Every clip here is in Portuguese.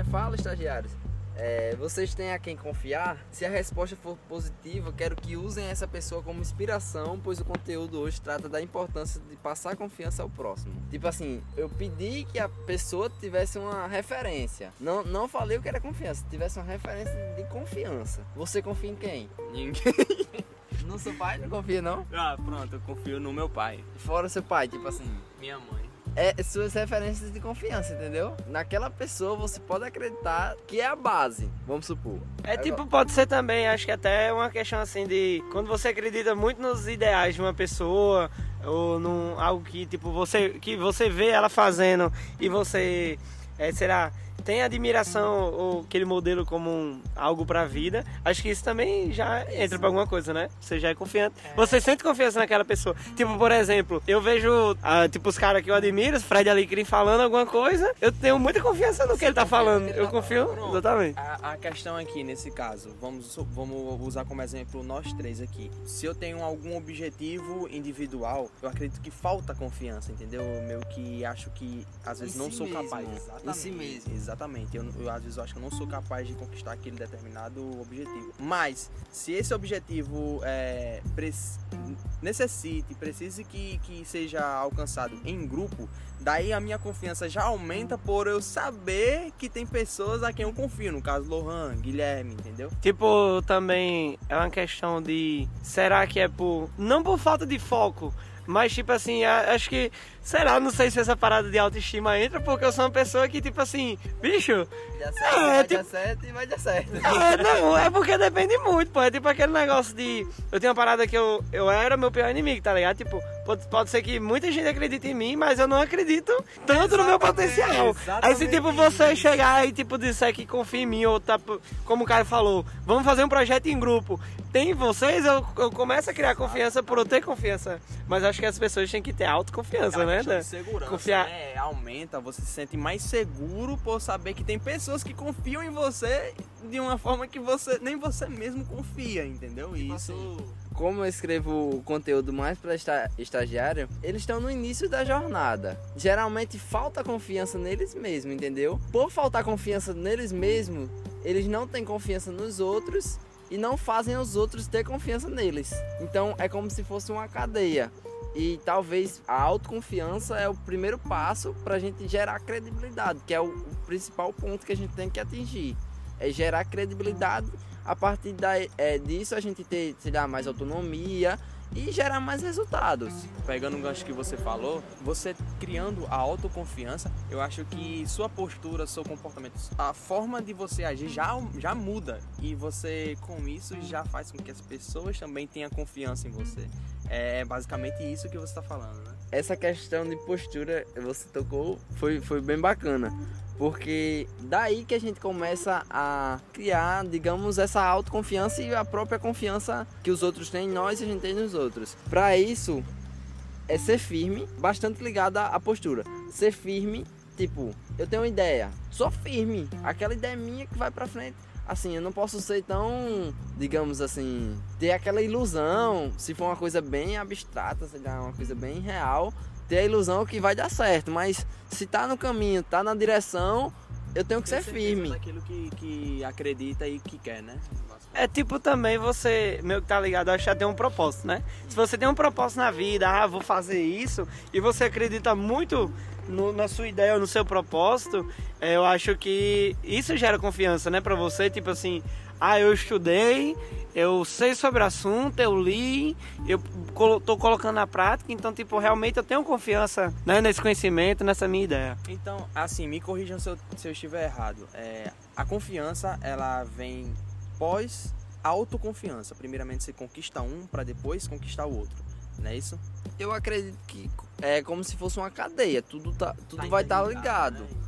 fala, estagiários. Vocês têm a quem confiar? Se a resposta for positiva, quero que usem essa pessoa como inspiração, pois o conteúdo hoje trata da importância de passar confiança ao próximo. Tipo assim, eu pedi que a pessoa tivesse uma referência. Não falei o que era confiança, tivesse uma referência de confiança. Você confia em quem? Ninguém. No seu pai? Não confia, não? Ah, pronto, eu confio no meu pai. Fora seu pai, tipo assim... Minha mãe. Suas referências de confiança, entendeu? Naquela pessoa você pode acreditar que é a base, vamos supor. Pode ser também, acho que até uma questão assim de... Quando você acredita muito nos ideais de uma pessoa, ou num algo que, tipo, você vê ela fazendo e você, tem admiração ou aquele modelo como algo pra vida, acho que isso também já entra pra alguma coisa, né? Você já é confiante. Você sente confiança naquela pessoa. Tipo, por exemplo, eu vejo os caras que eu admiro, o Fred Alecrim falando alguma coisa, eu tenho muita confiança no que ele tá falando. Eu confio, exatamente. A questão aqui, nesse caso, vamos usar como exemplo nós três aqui. Se eu tenho algum objetivo individual, eu acredito que falta confiança, entendeu? Eu meio que acho que às vezes não sou capaz. Em si mesmo. Exatamente. Eu às vezes eu acho que eu não sou capaz de conquistar aquele determinado objetivo. Mas, se esse objetivo precise que seja alcançado em grupo, daí a minha confiança já aumenta por eu saber que tem pessoas a quem eu confio. No caso, Lohan, Guilherme, entendeu? Tipo, também é uma questão de... Será que é não por falta de foco, mas tipo assim, acho que... Sei lá, não sei se essa parada de autoestima entra, porque eu sou uma pessoa que, tipo assim, bicho... Dar certo e vai dar certo. Não, é porque depende muito, pô. É tipo aquele negócio de... Eu tenho uma parada que eu era meu pior inimigo, tá ligado? Tipo, pode ser que muita gente acredite em mim, mas eu não acredito tanto no meu potencial. Aí se, tipo, você chegar e, tipo, disser que confia em mim, ou tá, como o cara falou, vamos fazer um projeto em grupo. Tem vocês, eu começo a criar confiança por eu ter confiança. Mas acho que as pessoas têm que ter autoconfiança, né? De segurança, confiar. Aumenta, você se sente mais seguro por saber que tem pessoas que confiam em você de uma forma que nem você mesmo confia, entendeu? Tipo Isso... assim, como eu escrevo conteúdo mais para estagiário, eles estão no início da jornada. Geralmente falta confiança neles mesmos, entendeu? Por faltar confiança neles mesmos, eles não têm confiança nos outros e não fazem os outros ter confiança neles. Então é como se fosse uma cadeia. E talvez a autoconfiança é o primeiro passo para a gente gerar credibilidade, que é o principal ponto que a gente tem que atingir. É gerar credibilidade, a partir disso a gente ter, mais autonomia e gerar mais resultados. Pegando o gancho que você falou, você criando a autoconfiança, eu acho que sua postura, seu comportamento, a forma de você agir já muda. E você, com isso, já faz com que as pessoas também tenham confiança em você. É basicamente isso que você está falando, né? Essa questão de postura, você tocou, foi bem bacana. Porque daí que a gente começa a criar, digamos, essa autoconfiança e a própria confiança que os outros têm em nós e a gente tem nos outros. Para isso, é ser firme, bastante ligado à postura. Ser firme, tipo, eu tenho uma ideia, sou firme, aquela ideia minha que vai pra frente. Assim, eu não posso ser tão, digamos assim, ter aquela ilusão, se for uma coisa bem abstrata, sei lá, uma coisa bem real, ter a ilusão que vai dar certo, mas se tá no caminho, tá na direção, eu tenho que ser firme. Daquilo que acredita e que quer, né? É tipo também você, meio que tá ligado, acho que já tem um propósito, né? Se você tem um propósito na vida, vou fazer isso, e você acredita muito na sua ideia ou no seu propósito, eu acho que isso gera confiança, né, pra você, tipo assim, eu estudei, eu sei sobre o assunto, eu li, eu tô colocando na prática, então, tipo, realmente eu tenho confiança, né, nesse conhecimento, nessa minha ideia. Então, assim, me corrijam se eu estiver errado. A confiança, ela vem pós autoconfiança. Primeiramente você conquista um para depois conquistar o outro, não é isso? Eu acredito que é como se fosse uma cadeia, tudo vai estar ligado, né?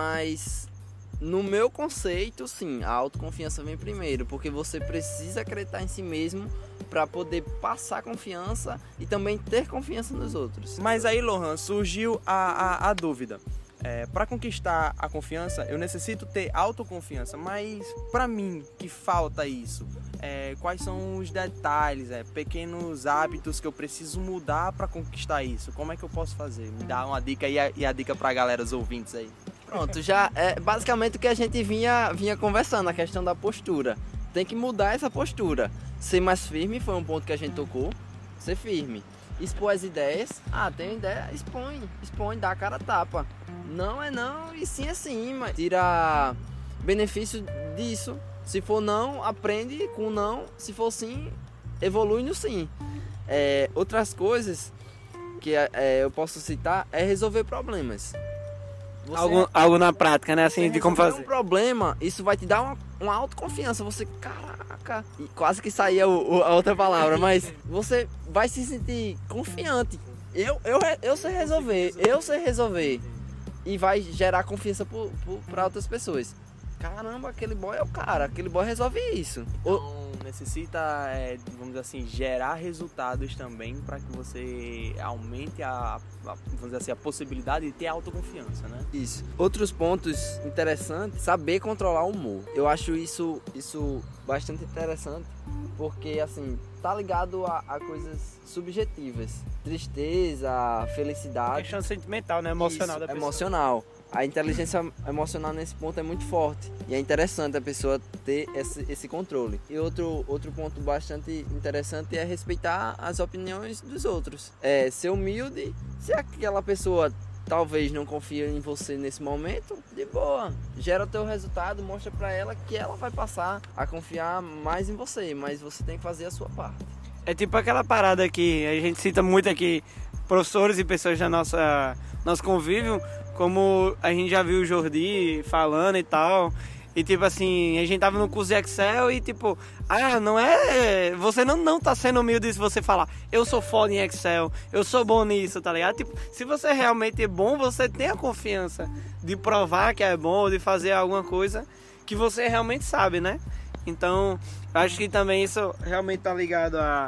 Mas no meu conceito, sim, a autoconfiança vem primeiro, porque você precisa acreditar em si mesmo para poder passar confiança e também ter confiança nos outros. Mas aí, Lohan, surgiu a dúvida. Para conquistar a confiança, eu necessito ter autoconfiança, mas para mim que falta isso, quais são os detalhes, pequenos hábitos que eu preciso mudar para conquistar isso? Como é que eu posso fazer? Me dá uma dica e a dica para a galera, os ouvintes aí. Pronto, já é basicamente o que a gente vinha conversando, a questão da postura. Tem que mudar essa postura. Ser mais firme foi um ponto que a gente tocou. Ser firme. Expor as ideias. Tem ideia? Expõe, dá a cara a tapa. Não é não e sim é sim, mas tira benefício disso. Se for não, aprende com não. Se for sim, evolui no sim. Outras coisas que eu posso citar é resolver problemas. Algo na prática, né? Assim, de como fazer. Um problema, isso vai te dar uma autoconfiança. Você, caraca, e quase que saía a outra palavra, mas você vai se sentir confiante. Eu sei resolver. E vai gerar confiança para outras pessoas. Caramba, aquele boy é o cara, aquele boy resolve isso. Então, necessita, vamos dizer assim, gerar resultados também para que você aumente vamos dizer assim, a possibilidade de ter autoconfiança, né? Isso. Outros pontos interessantes, saber controlar o humor. Eu acho isso bastante interessante, porque assim, tá ligado a coisas subjetivas. Tristeza, felicidade. Questão sentimental, né? Emocional da pessoa. Emocional. A inteligência emocional nesse ponto é muito forte. E é interessante a pessoa ter esse controle. E outro ponto bastante interessante é respeitar as opiniões dos outros. Ser humilde. Se aquela pessoa talvez não confia em você nesse momento, de boa. Gera o teu resultado, mostra pra ela que ela vai passar a confiar mais em você. Mas você tem que fazer a sua parte. É tipo aquela parada que a gente cita muito aqui, professores e pessoas da nosso convívio, como a gente já viu o Jordi falando e tal. E tipo assim, a gente tava no curso de Excel e tipo, não é... Você não tá sendo humilde se você falar, eu sou foda em Excel, eu sou bom nisso, tá ligado? Tipo, se você realmente é bom, você tem a confiança de provar que é bom, de fazer alguma coisa que você realmente sabe, né? Então, eu acho que também isso realmente tá ligado a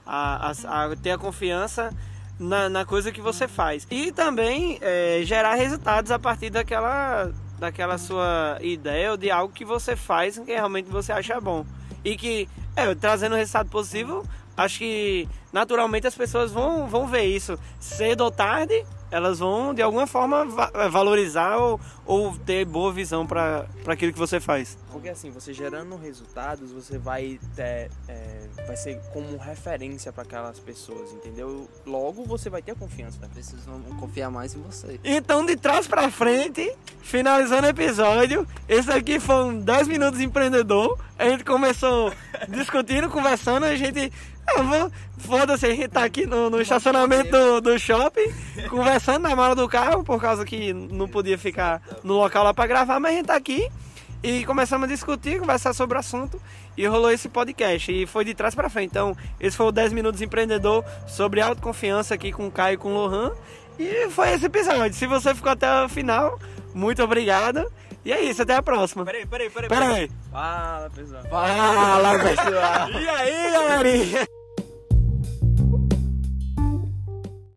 ter a confiança na coisa que você faz. E também gerar resultados a partir daquela sua ideia ou de algo que você faz que realmente você acha bom. E que, trazendo um resultado positivo, acho que naturalmente as pessoas vão ver isso. Cedo ou tarde, elas vão de alguma forma valorizar ou ter boa visão para aquilo que você faz. Porque assim, você gerando resultados, você vai ser como referência para aquelas pessoas, entendeu? Logo você vai ter a confiança. As pessoas vão confiar mais em você. Então, de trás para frente, finalizando o episódio, esse aqui foi um 10 minutos empreendedor. A gente começou discutindo, conversando, a gente... Foda-se, a gente tá aqui no estacionamento do shopping, conversando na mala do carro, por causa que não podia ficar no local lá pra gravar, mas a gente tá aqui e começamos a discutir, conversar sobre o assunto e rolou esse podcast e foi de trás pra frente. Então, esse foi o 10 Minutos Empreendedor sobre autoconfiança aqui com o Caio e com o Lohan. E foi esse episódio. Se você ficou até o final, muito obrigado. E é isso, até a próxima. Peraí. Peraí. Fala, pessoal. Fala, pessoal. E aí, galerinha?